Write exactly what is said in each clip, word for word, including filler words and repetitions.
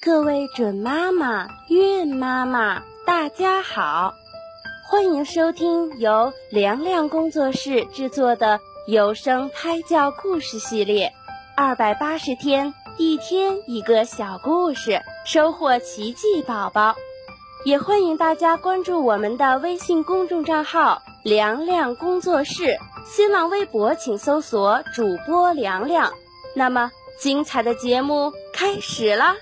各位准妈妈、孕妈妈，大家好，欢迎收听由凉凉工作室制作的有声胎教故事系列，二百八十天，一天一个小故事，收获奇迹宝宝。也欢迎大家关注我们的微信公众账号凉凉工作室，新浪微博请搜索主播凉凉。那么精彩的节目开始啦！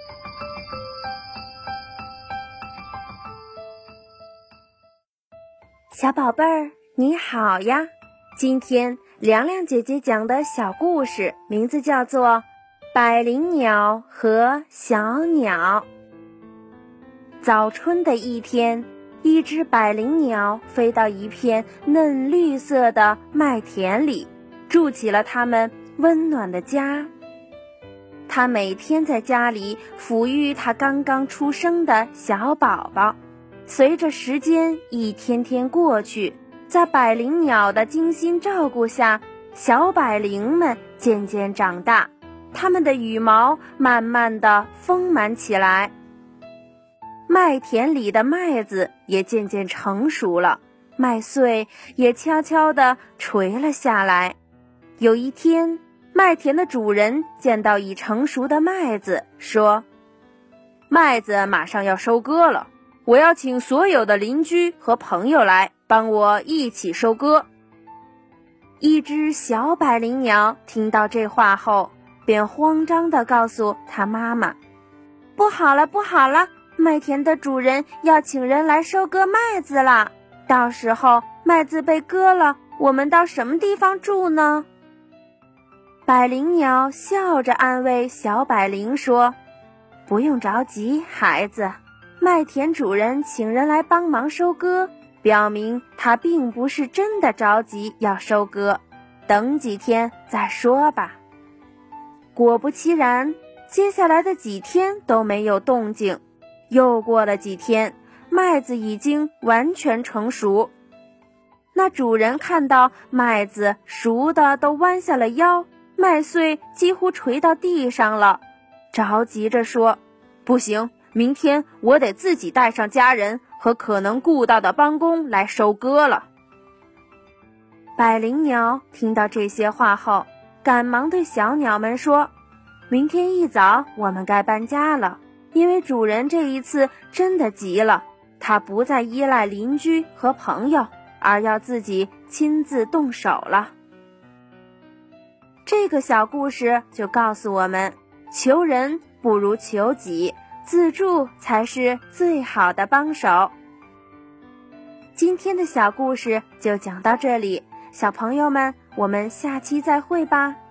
小宝贝儿，你好呀！今天凉凉姐姐讲的小故事名字叫做《百灵鸟和小鸟》。早春的一天，一只百灵鸟飞到一片嫩绿色的麦田里，筑起了它们温暖的家。它每天在家里抚育它刚刚出生的小宝宝。随着时间一天天过去，在百灵鸟的精心照顾下，小百灵们渐渐长大，它们的羽毛慢慢地丰满起来。麦田里的麦子也渐渐成熟了，麦穗也悄悄地垂了下来。有一天，麦田的主人见到已成熟的麦子，说：“麦子马上要收割了，我要请所有的邻居和朋友来帮我一起收割。”一只小百灵鸟听到这话后，便慌张地告诉它妈妈：“不好了，不好了！麦田的主人要请人来收割麦子了，到时候麦子被割了，我们到什么地方住呢？”百灵鸟笑着安慰小百灵说：“不用着急，孩子，麦田主人请人来帮忙收割，表明他并不是真的着急要收割，等几天再说吧。”果不其然，接下来的几天都没有动静。又过了几天，麦子已经完全成熟。那主人看到麦子熟的都弯下了腰，麦穗几乎垂到地上了，着急着说：“不行，明天我得自己带上家人和可能雇到的帮工来收割了。”百灵鸟听到这些话后，赶忙对小鸟们说：“明天一早我们该搬家了，因为主人这一次真的急了，他不再依赖邻居和朋友，而要自己亲自动手了。”这个小故事就告诉我们，求人不如求己，自助才是最好的帮手。今天的小故事就讲到这里，小朋友们，我们下期再会吧。